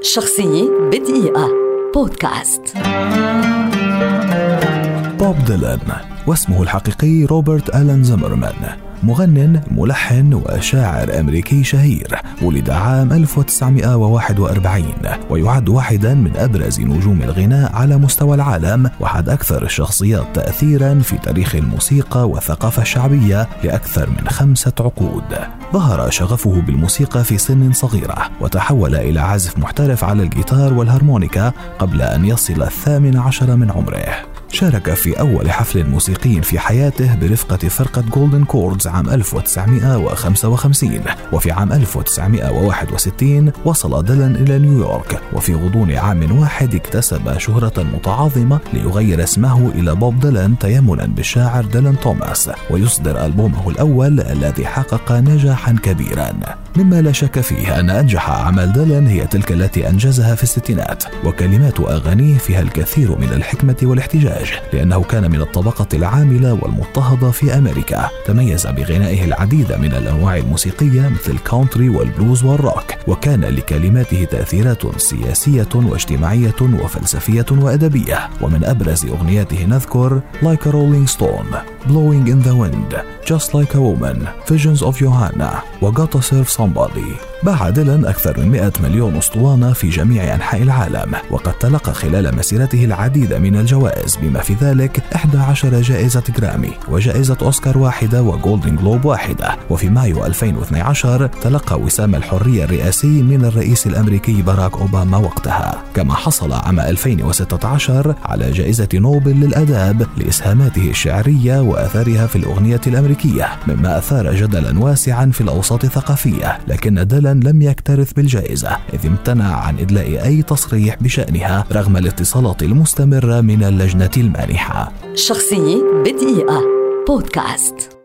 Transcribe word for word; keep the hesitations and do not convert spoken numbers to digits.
شخصية بدقيقة بودكاست. بوب ديلان، واسمه الحقيقي روبرت آلان زيمرمان، مغنٍ ملحن وشاعر أمريكي شهير، ولد عام ألف وتسعمائة وواحد وأربعين، ويعد واحدا من أبرز نجوم الغناء على مستوى العالم، وأحد أكثر الشخصيات تأثيرا في تاريخ الموسيقى والثقافة الشعبية لأكثر من خمسة عقود. ظهر شغفه بالموسيقى في سن صغيرة، وتحول إلى عازف محترف على الجيتار والهارمونيكا قبل أن يصل الثامن عشر من عمره. شارك في أول حفل موسيقي في حياته برفقة فرقة جولدن كوردز عام ألف وتسعمائة وخمسة وخمسين، وفي عام ألف وتسعمائة وواحد وستين وصل ديلان إلى نيويورك، وفي غضون عام واحد اكتسب شهرة متعاظمة ليغير اسمه إلى بوب ديلان تيمنا بالشاعر ديلان توماس، ويصدر ألبومه الأول الذي حقق نجاحا كبيرا. مما لا شك فيه أن أنجح أعمال ديلان هي تلك التي أنجزها في الستينات، وكلمات أغانيه فيها الكثير من الحكمة والاحتجاج، لأنه كان من الطبقة العاملة والمضطهدة في أمريكا. تميز بغنائه العديد من الأنواع الموسيقية مثل الكونتري والبلوز والروك، وكان لكلماته تأثيرات سياسية واجتماعية وفلسفية وأدبية. ومن أبرز أغنياته نذكر Like a Rolling Stone, Blowing in the Wind, Just Like a Woman, Visions of Johanna, و Gotta Serve Somebody. باع ديلان أكثر من مئة مليون أسطوانة في جميع أنحاء العالم، وقد تلقى خلال مسيرته العديد من الجوائز، بما في ذلك إحدى عشرة جائزة جرامي، وجائزة أوسكار واحدة، وجولدن جلوب واحدة. وفي مايو ألفين واثني عشر تلقى وسام الحرية الرئاسي من الرئيس الأمريكي باراك أوباما وقتها. كما حصل عام ألفين وستة عشر على جائزة نوبل للأداب لإسهاماته الشعرية وأثرها في الأغنية الأمريكية، مما أثار جدلا واسعا في الأوساط الثقافية، لكن ديلان لم يكترث بالجائزة، إذ امتنع عن إدلاء أي تصريح بشأنها رغم الاتصالات المستمرة من اللجنة المانحة. شخصية بدقيقة بودكاست.